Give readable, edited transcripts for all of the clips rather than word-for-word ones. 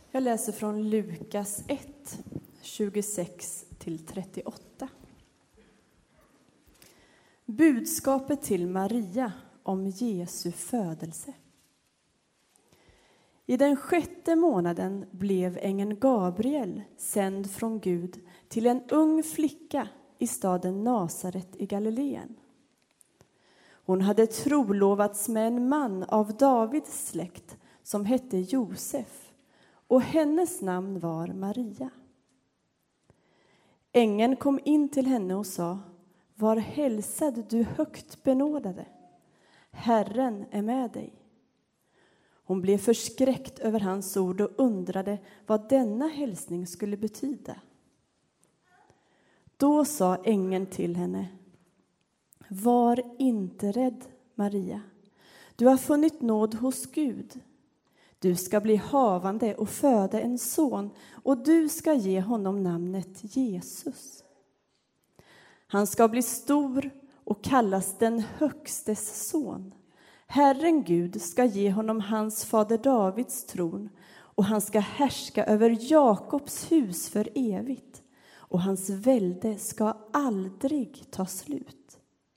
Jag läser från Lukas 1, 26-38. Budskapet till Maria om Jesu födelse. I den 6:e månaden blev ängeln Gabriel sänd från Gud till en ung flicka i staden Nasaret i Galileen. Hon hade trolovats med en man av Davids släkt som hette Josef, och hennes namn var Maria. Ängeln kom in till henne och sa: Var hälsad, du högt benådade. Herren är med dig. Hon blev förskräckt över hans ord och undrade vad denna hälsning skulle betyda. Då sa ängeln till henne: Var inte rädd, Maria. Du har funnit nåd hos Gud. Du ska bli havande och föda en son, och du ska ge honom namnet Jesus. Han ska bli stor och kallas den högstes son. Herren Gud ska ge honom hans fader Davids tron, och han ska härska över Jakobs hus för evigt, och hans välde ska aldrig ta slut.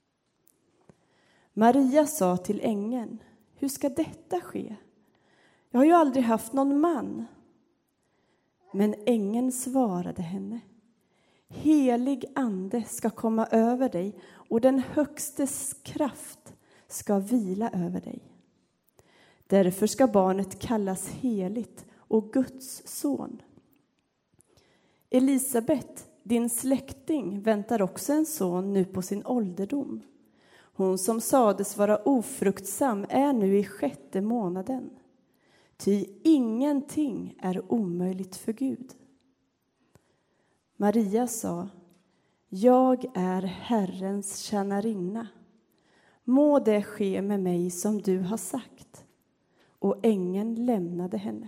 Maria sa till ängeln: Hur ska detta ske? Jag har ju aldrig haft någon man. Men ängeln svarade henne: Helig ande ska komma över dig, och den högstes kraft ska vila över dig. Därför ska barnet kallas heligt och Guds son. Elisabet, din släkting, väntar också en son nu på sin ålderdom. Hon som sades vara ofruktsam är nu i 6:e månaden. Ty ingenting är omöjligt för Gud. Maria sa: Jag är Herrens tjänarinna. Må det ske med mig som du har sagt. Och ängeln lämnade henne.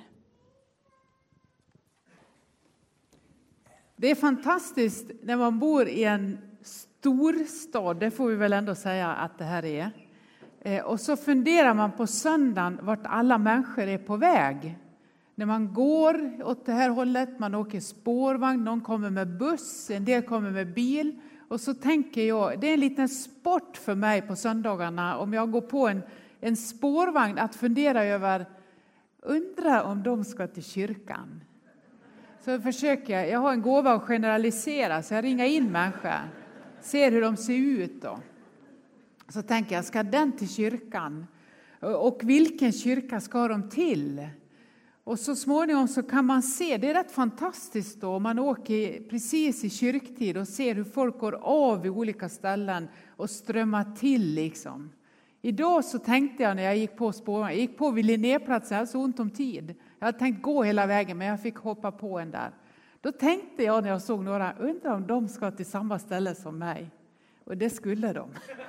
Det är fantastiskt när man bor i en storstad, det får vi väl ändå säga att det här är. Och så funderar man på söndagen vart alla människor är på väg. När man går åt det här hållet, man åker spårvagn, någon kommer med buss, en del kommer med bil. Och så tänker jag, det är en liten sport för mig på söndagarna om jag går på en spårvagn att fundera över, undra om de ska till kyrkan. Så försöker jag har en gåva att generalisera, så jag ringer in människor, ser hur de ser ut då. Så tänker jag, ska den till kyrkan? Och vilken kyrka ska de till? Och så småningom så kan man se, det är rätt fantastiskt då, man åker precis i kyrktid och ser hur folk går av i olika ställen och strömmar till liksom. Idag så tänkte jag när jag gick på spåren, jag gick på vid Linnéplatsen, jag hade så ont om tid. Jag hade tänkt gå hela vägen, men jag fick hoppa på en där. Då tänkte jag när jag såg några, undrar om de ska till samma ställe som mig. Och det skulle de.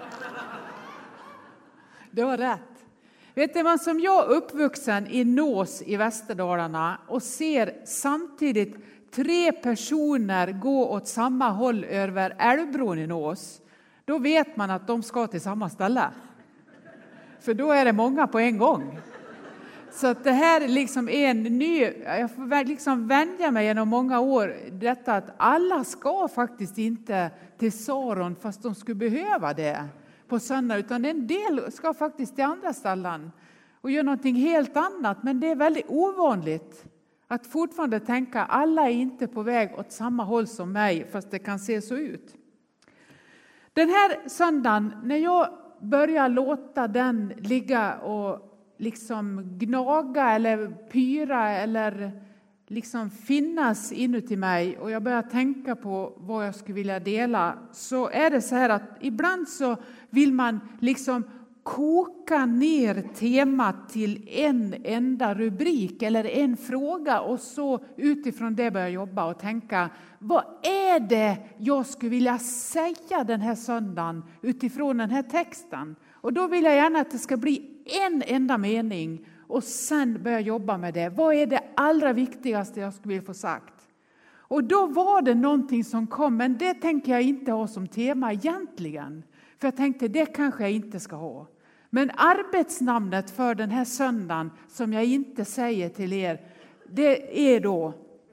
Det var rätt. Vet du, man som jag uppvuxen i Nås i Västerdalarna och ser samtidigt 3 personer gå åt samma håll över Älvbron i Nås, då vet man att de ska till samma ställe. För då är det många på en gång. Så att det här liksom är en ny, jag får liksom vänja mig genom många år, detta att alla ska faktiskt inte till Saron fast de skulle behöva det på söndag, utan en del ska faktiskt till andra ställen och göra någonting helt annat. Men det är väldigt ovanligt att fortfarande tänka, alla är inte på väg åt samma håll som mig, fast det kan se så ut. Den här söndagen, när jag börjar låta den ligga och liksom gnaga eller pyra eller liksom finnas inuti mig, och jag börjar tänka på vad jag skulle vilja dela, så är det så här att ibland så vill man liksom koka ner temat till en enda rubrik eller en fråga, och så utifrån det börja jobba och tänka, vad är det jag skulle vilja säga den här söndagen utifrån den här texten? Och då vill jag gärna att det ska bli en enda mening och sen börja jobba med det. Vad är det allra viktigaste jag skulle vilja få sagt? Och då var det någonting som kom, men det tänker jag inte ha som tema egentligen. För jag tänkte, det kanske jag inte ska ha. Men arbetsnamnet för den här söndagen, som jag inte säger till er, det är då: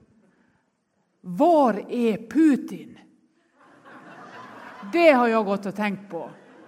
var är Putin? Det har jag gått och tänkt på.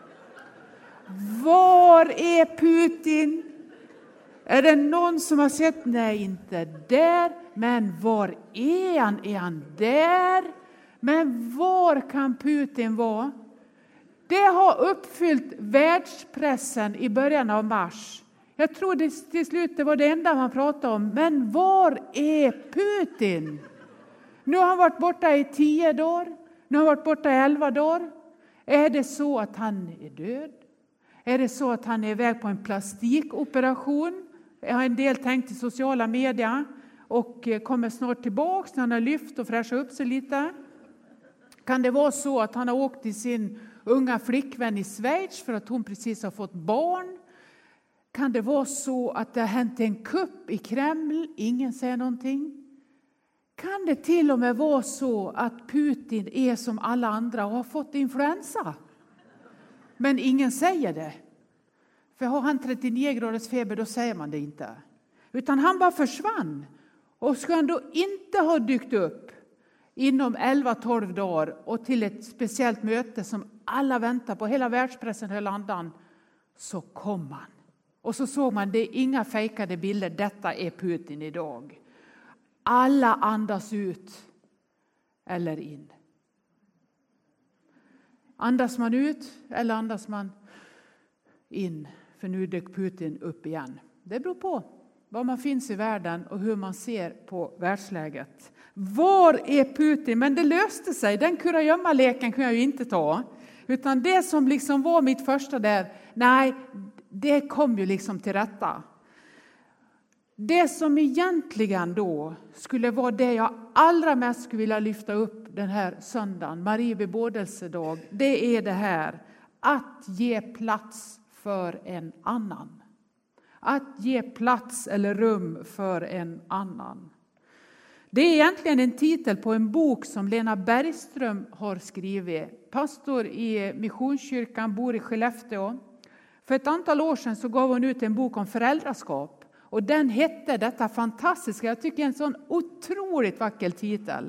Var är Putin? Är det någon som har sett? Nej, inte där. Men var är han? Är han där? Men var kan Putin vara? Det har uppfyllt världspressen i början av mars. Jag tror det till slut det var det enda man pratade om. Men var är Putin? Nu har han varit borta i 10 dagar. Nu har han varit borta i 11 dagar. Är det så att han är död? Är det så att han är iväg på en plastikoperation? Jag har en del tänkt i sociala medier och kommer snart tillbaka när han har lyft och fräschat upp sig lite. Kan det vara så att han har åkt till sin unga flickvän i Schweiz för att hon precis har fått barn? Kan det vara så att det har hänt en kupp i Kreml? Ingen säger någonting. Kan det till och med vara så att Putin är som alla andra och har fått influensa? Men ingen säger det. För har han 39 graders feber, då säger man det inte. Utan han bara försvann. Och ska han då inte ha dykt upp inom 11-12 dagar och till ett speciellt möte som alla väntar på, hela världspressen höll andan, så kom han. Och så såg man, det är inga fejkade bilder, detta är Putin idag. Alla andas ut eller in. Andas man ut eller andas man in? För nu dök Putin upp igen. Det beror på var man finns i världen och hur man ser på världsläget. Var är Putin? Men det löste sig. Den kurragömma-leken kunde jag ju inte ta. Utan det som liksom var mitt första där, nej, det kom ju liksom till rätta. Det som egentligen då skulle vara det jag allra mest skulle vilja lyfta upp den här söndagen, Marie bebådelsedag, det är det här: att ge plats för en annan. Att ge plats eller rum för en annan. Det är egentligen en titel på en bok som Lena Bergström har skrivit. Pastor i Missionskyrkan, bor i Skellefteå. För ett antal år sedan så gav hon ut en bok om föräldraskap. Och den hette detta fantastiska, jag tycker en sån otroligt vacker titel.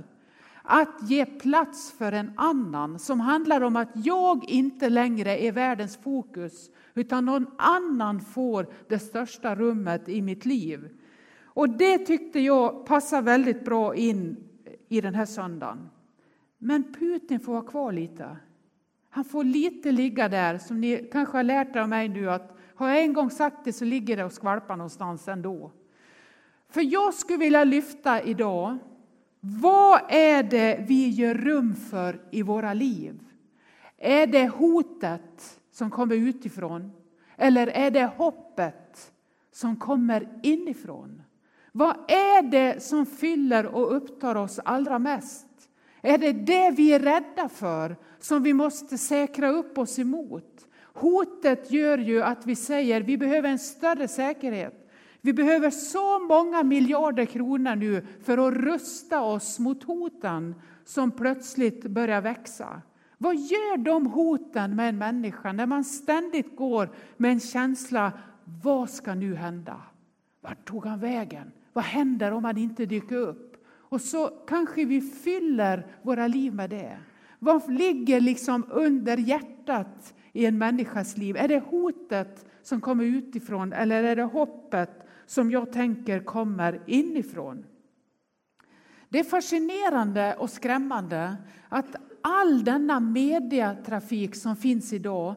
Att ge plats för en annan, som handlar om att jag inte längre är världens fokus, utan någon annan får det största rummet i mitt liv. Och det tyckte jag passar väldigt bra in i den här söndagen. Men Putin får vara kvar lite. Han får lite ligga där, som ni kanske har lärt er av mig nu, att har jag en gång sagt det så ligger det och skvalpar någonstans ändå. För jag skulle vilja lyfta idag: vad är det vi gör rum för i våra liv? Är det hotet som kommer utifrån? Eller är det hoppet som kommer inifrån? Vad är det som fyller och upptar oss allra mest? Är det det vi är rädda för som vi måste säkra upp oss emot? Hotet gör ju att vi säger vi behöver en större säkerhet. Vi behöver så många miljarder kronor nu för att rusta oss mot hoten som plötsligt börjar växa. Vad gör de hoten med en människa när man ständigt går med en känsla: vad ska nu hända? Vart tog han vägen? Vad händer om han inte dyker upp? Och så kanske vi fyller våra liv med det. Vad ligger liksom under hjärtat i en människas liv? Är det hotet som kommer utifrån, eller är det hoppet som jag tänker kommer inifrån? Det är fascinerande och skrämmande att all denna mediatrafik som finns idag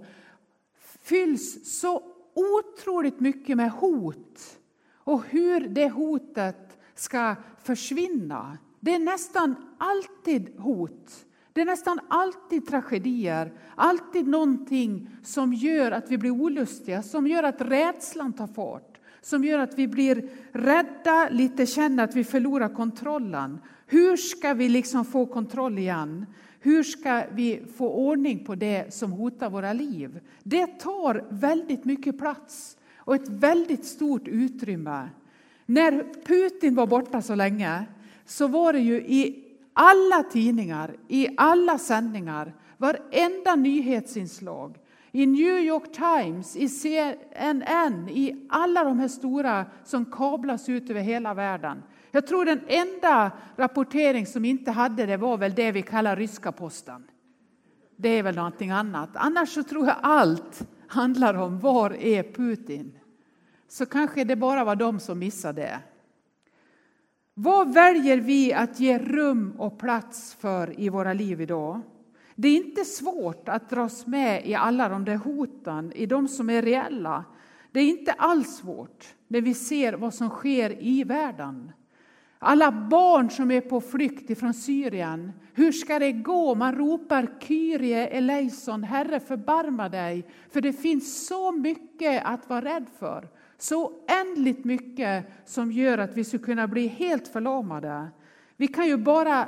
fylls så otroligt mycket med hot. Och hur det hotet ska försvinna. Det är nästan alltid hot. Det är nästan alltid tragedier. Alltid någonting som gör att vi blir olustiga. Som gör att rädslan tar fart. Som gör att vi blir rädda, lite känner att vi förlorar kontrollen. Hur ska vi liksom få kontroll igen? Hur ska vi få ordning på det som hotar våra liv? Det tar väldigt mycket plats och ett väldigt stort utrymme. När Putin var borta så länge så var det ju i alla tidningar, i alla sändningar, varenda nyhetsinslag. i New York Times, i CNN, i alla de här stora som kablas ut över hela världen. Jag tror den enda rapportering som inte hade det var väl det vi kallar ryska posten. Det är väl någonting annat. Annars så tror jag allt handlar om var är Putin. Så kanske det bara var de som missade det. Vad väljer vi att ge rum och plats för i våra liv idag? Det är inte svårt att dras med i alla de där hoten, i de som är reella. Det är inte alls svårt när vi ser vad som sker i världen. Alla barn som är på flykt ifrån Syrien. Hur ska det gå? Man ropar Kyrie eleison, Herre förbarma dig. För det finns så mycket att vara rädd för. Så oändligt mycket som gör att vi ska kunna bli helt förlamade. Vi kan ju bara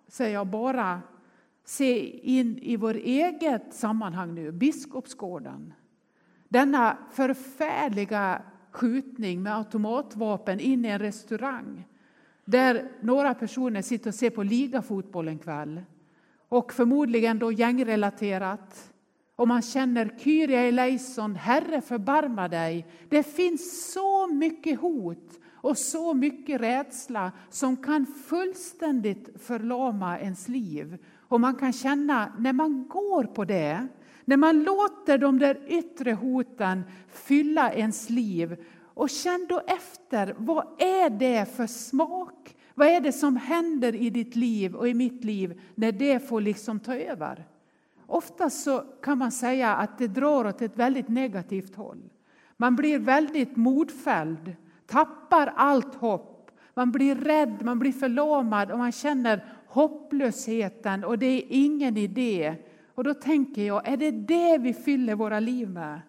se in i vår eget sammanhang nu. Biskopsgården. Denna förfärliga skjutning med automatvapen in i en restaurang. Där några personer sitter och ser på ligafotboll en kväll. Och förmodligen då gängrelaterat. Och man känner Kyrie eleison, Herre förbarma dig. Det finns så mycket hot och så mycket rädsla som kan fullständigt förlama ens liv. Och man kan känna när man går på det, när man låter de där yttre hoten fylla ens liv. Och känn då efter, vad är det för smak? Vad är det som händer i ditt liv och i mitt liv när det får liksom ta över? Ofta så kan man säga att det drar åt ett väldigt negativt håll. Man blir väldigt modfälld, tappar allt hopp. Man blir rädd, man blir förlamad och man känner hopplösheten och det är ingen idé. Och då tänker jag, är det vi fyller våra liv med?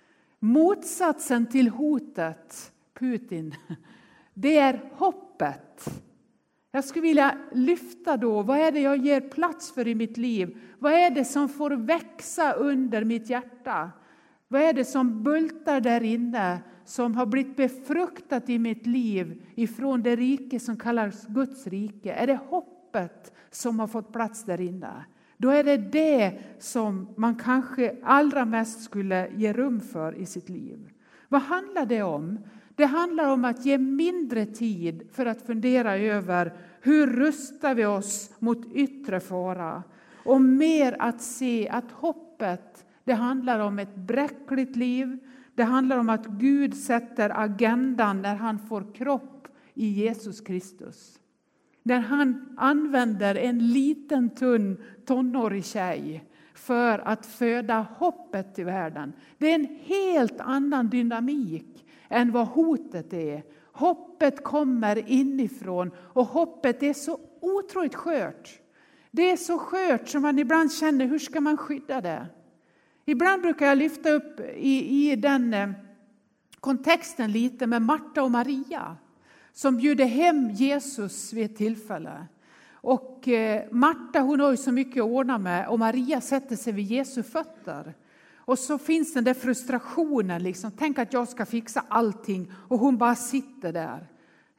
Motsatsen till hotet, Putin, det är hoppet. Jag skulle vilja lyfta då, vad är det jag ger plats för i mitt liv? Vad är det som får växa under mitt hjärta? Vad är det som bultar där inne, som har blivit befruktat i mitt liv ifrån det rike som kallas Guds rike? Är det hoppet som har fått plats där inne? Då är det som man kanske allra mest skulle ge rum för i sitt liv. Vad handlar det om? Det handlar om att ge mindre tid för att fundera över hur rustar vi oss mot yttre fara. Och mer att se att hoppet, det handlar om ett bräckligt liv. Det handlar om att Gud sätter agendan när han får kropp i Jesus Kristus. När han använder en liten tunn tonårig tjej för att föda hoppet till världen. Det är en helt annan dynamik än vad hotet är. Hoppet kommer inifrån och hoppet är så otroligt skört. Det är så skört som man ibland känner, hur ska man skydda det? Ibland brukar jag lyfta upp i den kontexten lite med Marta och Maria. Som bjuder hem Jesus vid ett tillfälle. Och Marta, hon har ju så mycket att ordna med. Och Maria sätter sig vid Jesu fötter. Och så finns den där frustrationen. Liksom. Tänk att jag ska fixa allting. Och hon bara sitter där.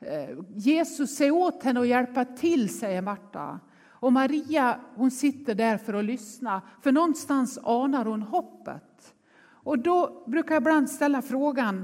Jesus säger åt henne att hjälpa till, säger Marta. Och Maria, hon sitter där för att lyssna. För någonstans anar hon hoppet. Och då brukar jag ibland ställa frågan.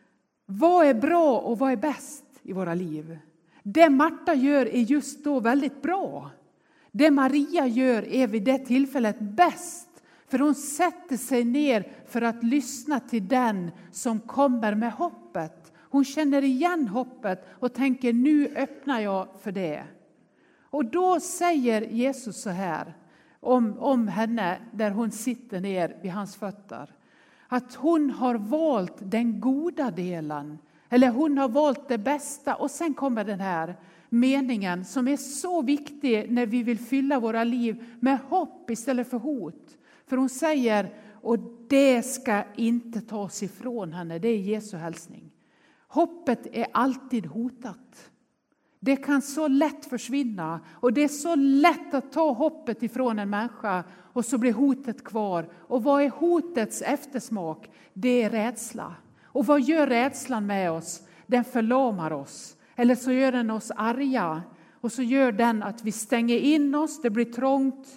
Vad är bra och vad är bäst i våra liv? Det Marta gör är just då väldigt bra. Det Maria gör är vid det tillfället bäst. För hon sätter sig ner för att lyssna till den som kommer med hoppet. Hon känner igen hoppet och tänker, nu öppnar jag för det. Och då säger Jesus så här om henne där hon sitter ner vid hans fötter. Att hon har valt den goda delen. Eller hon har valt det bästa. Och sen kommer den här meningen som är så viktig när vi vill fylla våra liv med hopp istället för hot. För hon säger, och det ska inte tas ifrån henne. Det är Jesu hälsning. Hoppet är alltid hotat. Det kan så lätt försvinna. Och det är så lätt att ta hoppet ifrån en människa. Och så blir hotet kvar. Och vad är hotets eftersmak? Det är rädsla. Och vad gör rädslan med oss? Den förlamar oss. Eller så gör den oss arga. Och så gör den att vi stänger in oss. Det blir trångt.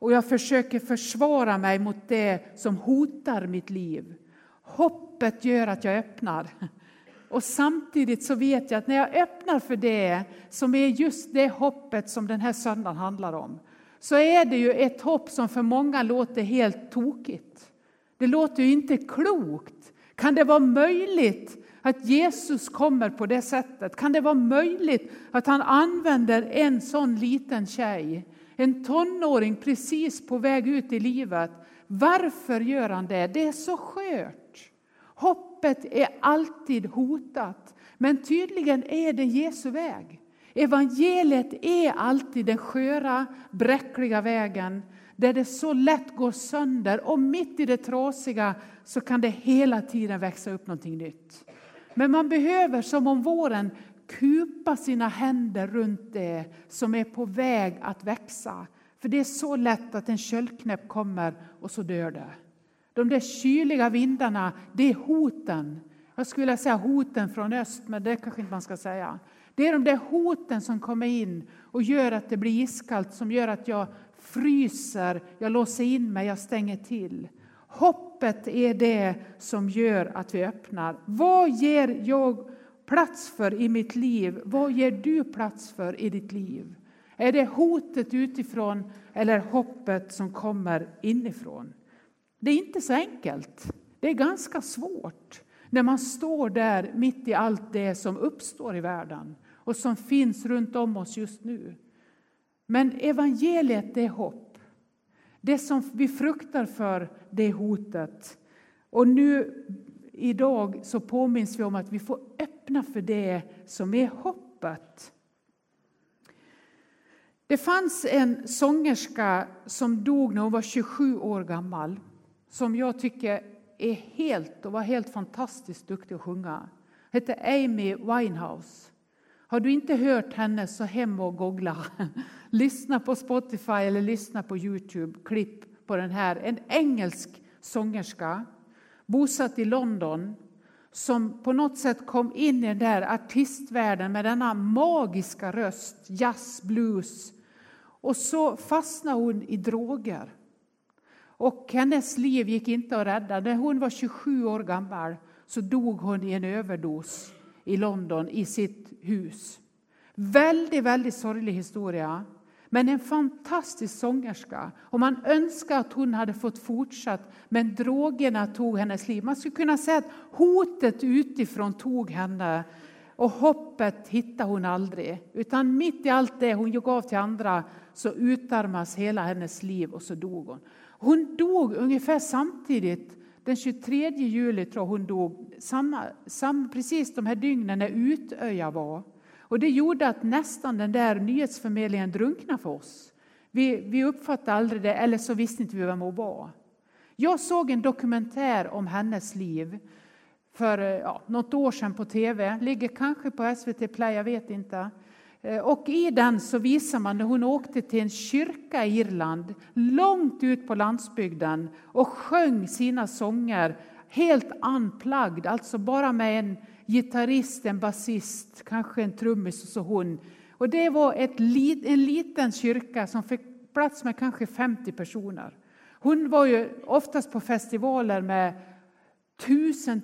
Och jag försöker försvara mig mot det som hotar mitt liv. Hoppet gör att jag öppnar. Och samtidigt så vet jag att när jag öppnar för det som är just det hoppet som den här söndagen handlar om, så är det ju ett hopp som för många låter helt tokigt. Det låter ju inte klokt. Kan det vara möjligt att Jesus kommer på det sättet? Kan det vara möjligt att han använder en sån liten tjej, en tonåring precis på väg ut i livet? Varför gör han det? Det är så skört. Hoppet är alltid hotat, men tydligen är det Jesu väg. Evangeliet är alltid den sköra, bräckliga vägen där det så lätt går sönder, och mitt i det trasiga så kan det hela tiden växa upp någonting nytt. Men man behöver, som om våren, kupa sina händer runt det som är på väg att växa. För det är så lätt att en köldknäpp kommer och så dör det. De där kyliga vindarna, det är hoten. Jag skulle säga hoten från öst, men det kanske inte man ska säga. Det är de där hoten som kommer in och gör att det blir iskallt, som gör att jag fryser, jag låser in mig, jag stänger till. Hoppet är det som gör att vi öppnar. Vad ger jag plats för i mitt liv? Vad ger du plats för i ditt liv? Är det hotet utifrån eller hoppet som kommer inifrån? Det är inte så enkelt. Det är ganska svårt när man står där mitt i allt det som uppstår i världen och som finns runt om oss just nu. Men evangeliet, det är hopp. Det som vi fruktar för, det är hotet. Och nu idag så påminns vi om att vi får öppna för det som är hoppet. Det fanns en sångerska som dog när hon var 27 år gammal, som jag tycker var helt fantastiskt duktig att sjunga. Hette Amy Winehouse. Har du inte hört henne, så hem och googla. Lyssna på Spotify eller lyssna på YouTube. Klipp på den här. En engelsk sångerska, bosatt i London, som på något sätt kom in i den där artistvärlden med denna magiska röst, jazz, blues. Och så fastnade hon i droger. Och hennes liv gick inte att rädda. När hon var 27 år gammal så dog hon i en överdos i London i sitt hus. Väldigt, väldigt sorglig historia. Men en fantastisk sångerska. Och man önskar att hon hade fått fortsatt. Men drogerna tog hennes liv. Man skulle kunna säga att hotet utifrån tog henne. Och hoppet hittade hon aldrig. Utan mitt i allt det hon gav till andra så utarmas hela hennes liv och så dog hon. Hon dog ungefär samtidigt. Den 23 juli tror hon dog. Precis de här dygnen när Utöja var. Och det gjorde att nästan den där nyhetsförmedlingen drunknade för oss. Vi uppfattade aldrig det, eller så visste inte vi vem hon var. Jag såg en dokumentär om hennes liv för något år sedan på tv. Ligger kanske på SVT Play, jag vet inte. Och i den så visar man när hon åkte till en kyrka i Irland, långt ut på landsbygden, och sjöng sina sånger helt unplugged, alltså bara med en gitarrist, en basist, kanske en trummis och så hon. Och det var en liten kyrka som fick plats med kanske 50 personer. Hon var ju oftast på festivaler med 1000,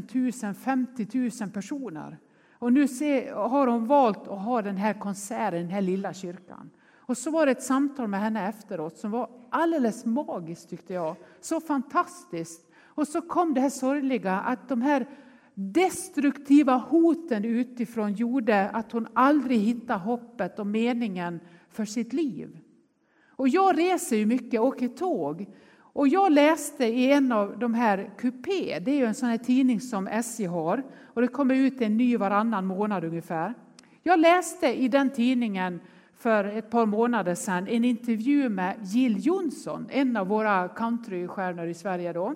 50 000 personer. Och nu har hon valt att ha den här konserten i den här lilla kyrkan. Och så var det ett samtal med henne efteråt som var alldeles magiskt, tyckte jag. Så fantastiskt. Och så kom det här sorgliga att de här destruktiva hoten utifrån gjorde att hon aldrig hittade hoppet och meningen för sitt liv. Och jag reser ju mycket, åker tåg. Och jag läste i en av de här kupé, det är ju en sån här tidning som SJ har. Och det kommer ut en ny varannan månad ungefär. Jag läste i den tidningen för ett par månader sedan en intervju med Jill Johnson, en av våra countrystjärnor i Sverige då.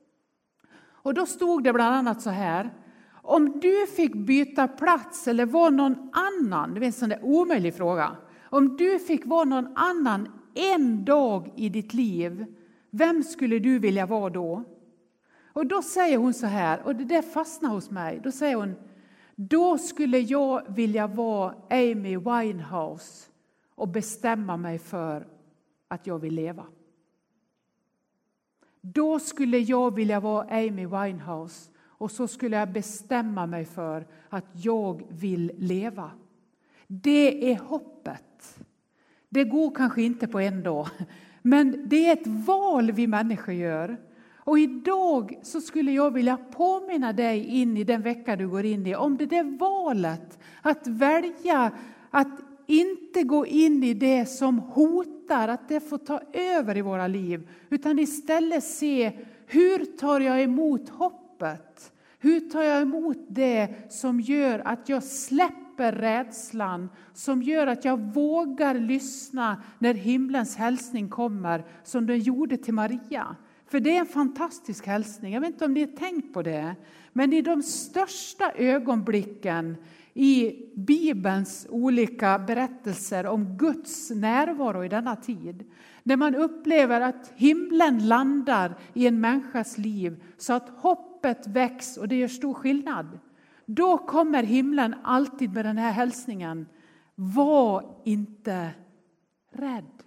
Och då stod det bland annat så här: om du fick byta plats eller vara någon annan, det är en sån där omöjlig fråga. Om du fick vara någon annan en dag i ditt liv, vem skulle du vilja vara då? Och då säger hon så här, och det där fastnar hos mig. Då säger hon, då skulle jag vilja vara Amy Winehouse och bestämma mig för att jag vill leva. Då skulle jag vilja vara Amy Winehouse och så skulle jag bestämma mig för att jag vill leva. Det är hoppet. Det går kanske inte på en dag, men det är ett val vi människor gör. Och idag så skulle jag vilja påminna dig in i den vecka du går in i om det där valet att välja att inte gå in i det som hotar, att det får ta över i våra liv, utan istället se hur tar jag emot hoppet? Hur tar jag emot det som gör att jag släpper rädslan, som gör att jag vågar lyssna när himlens hälsning kommer, som den gjorde till Maria? För det är en fantastisk hälsning. Jag vet inte om ni har tänkt på det, men i de största ögonblicken i Bibelns olika berättelser om Guds närvaro i denna tid, när man upplever att himlen landar i en människas liv så att hoppet väcks och det gör stor skillnad, då kommer himlen alltid med den här hälsningen: var inte rädd.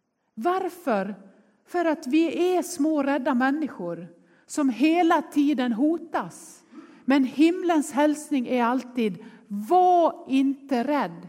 Varför? För att vi är små rädda människor som hela tiden hotas. Men himlens hälsning är alltid: var inte rädd.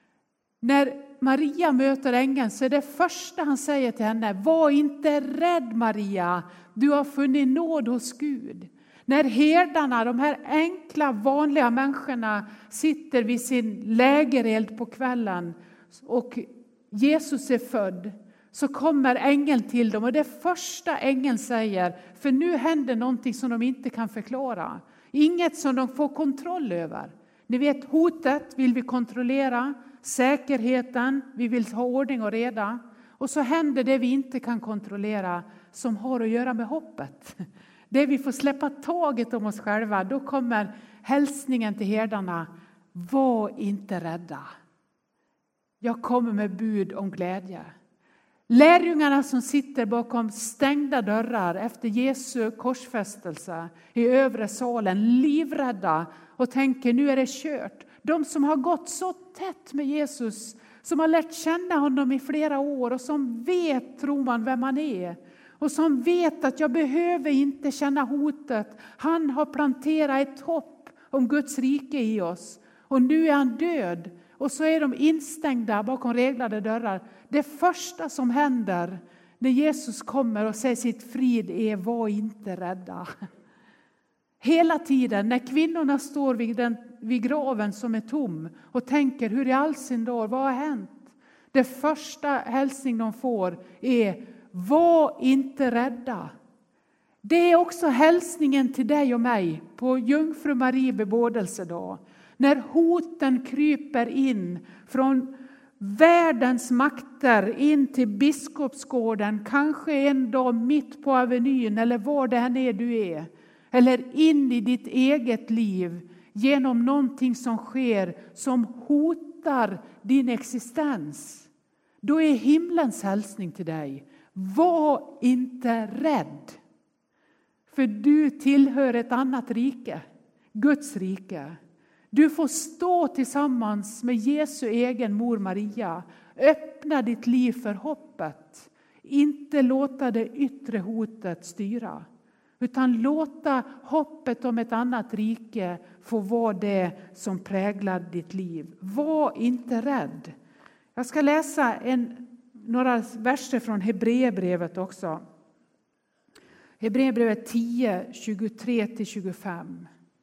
När Maria möter ängeln så är det första han säger till henne: var inte rädd Maria, du har funnit nåd hos Gud. När herdarna, de här enkla vanliga människorna, sitter vid sin lägereld på kvällen och Jesus är född, så kommer ängeln till dem och det första ängeln säger, för nu händer någonting som de inte kan förklara. Inget som de får kontroll över. Ni vet, hotet vill vi kontrollera, säkerheten, vi vill ha ordning och reda. Och så händer det vi inte kan kontrollera som har att göra med hoppet. Det vi får släppa taget om oss själva, då kommer hälsningen till herdarna: var inte rädda. Jag kommer med bud om glädje. Lärjungarna som sitter bakom stängda dörrar efter Jesu korsfästelse i övre salen, livrädda och tänker nu är det kört. De som har gått så tätt med Jesus, som har lärt känna honom i flera år och som vet, tror man, vem han är. Och som vet att jag behöver inte känna hotet. Han har planterat ett hopp om Guds rike i oss. Och nu är han död. Och så är de instängda bakom reglade dörrar. Det första som händer när Jesus kommer och säger sitt frid är: var inte rädda. Hela tiden när kvinnorna står vid graven som är tom och tänker: hur i all sin dag, vad har hänt? Det första hälsning de får är: var inte rädda. Det är också hälsningen till dig och mig på Jungfru Marie bebådelsedag. När hoten kryper in från världens makter in till biskopsgården, kanske en dag mitt på avenyn eller var det än är du är. Eller in i ditt eget liv genom någonting som sker som hotar din existens. Då är himlens hälsning till dig: var inte rädd. För du tillhör ett annat rike, Guds rike. Du får stå tillsammans med Jesu egen mor Maria. Öppna ditt liv för hoppet. Inte låta det yttre hotet styra. Utan låta hoppet om ett annat rike få vara det som präglar ditt liv. Var inte rädd. Jag ska läsa några verser från Hebreerbrevet också. Hebreerbrevet 10, 23-25.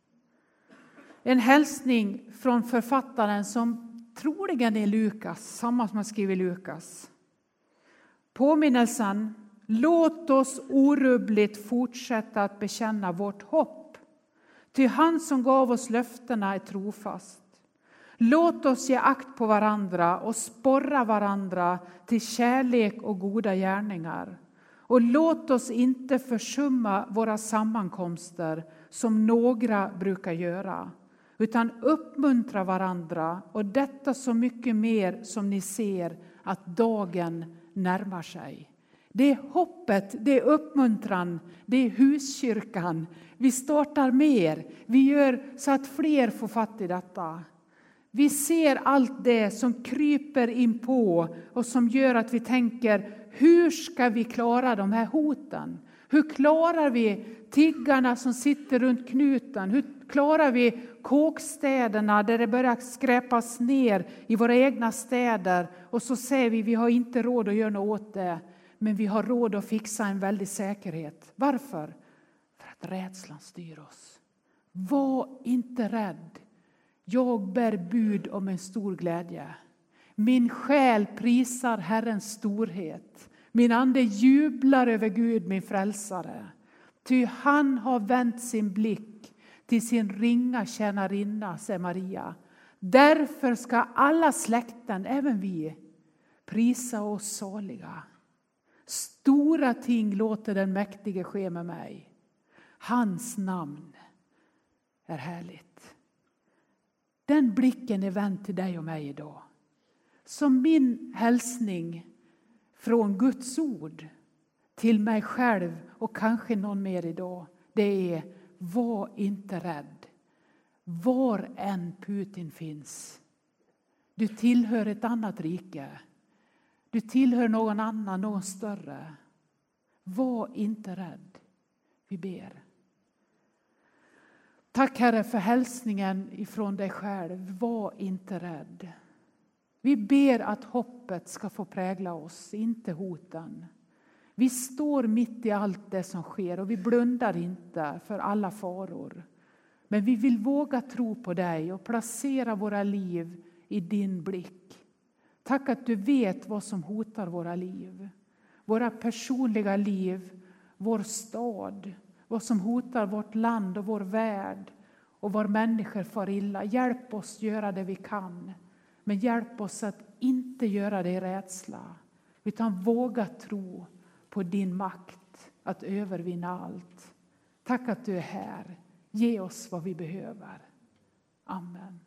En hälsning från författaren som troligen är Lukas, samma som har skrivit Lukas. Påminnelsen: låt oss orubbligt fortsätta att bekänna vårt hopp. Ty han som gav oss löftena är trofast. Låt oss ge akt på varandra och sporra varandra till kärlek och goda gärningar. Och låt oss inte försumma våra sammankomster som några brukar göra, utan uppmuntra varandra, och detta så mycket mer som ni ser att dagen närmar sig. Det är hoppet, det är uppmuntran, det är huskyrkan. Vi startar mer, vi gör så att fler får fatt i detta. Vi ser allt det som kryper in på och som gör att vi tänker, hur ska vi klara de här hoten? Hur klarar vi tiggarna som sitter runt knuten? Hur klarar vi kåkstäderna där det börjar skräpas ner i våra egna städer? Och så säger vi har inte råd att göra något åt det. Men vi har råd att fixa en väldig säkerhet. Varför? För att rädslan styr oss. Var inte rädd. Jag bär bud om en stor glädje. Min själ prisar Herrens storhet. Min ande jublar över Gud, min frälsare. Ty han har vänt sin blick till sin ringa tjänarinna, säger Maria. Därför ska alla släkten, även vi, prisa oss saliga. Stora ting låter den mäktige ske med mig. Hans namn är härligt. Den blicken är vänd till dig och mig idag. Som min hälsning från Guds ord till mig själv och kanske någon mer idag. Det är, var inte rädd. Var än Putin finns. Du tillhör ett annat rike. Du tillhör någon annan, någon större. Var inte rädd. Vi ber. Tack Herre för hälsningen ifrån dig själv. Var inte rädd. Vi ber att hoppet ska få prägla oss, inte hoten. Vi står mitt i allt det som sker och vi blundar inte för alla faror. Men vi vill våga tro på dig och placera våra liv i din blick. Tack att du vet vad som hotar våra liv. Våra personliga liv, vår stad, vad som hotar vårt land och vår värld och var människor far illa. Hjälp oss göra det vi kan. Men hjälp oss att inte göra det i rädsla. Utan våga tro på din makt att övervinna allt. Tack att du är här. Ge oss vad vi behöver. Amen.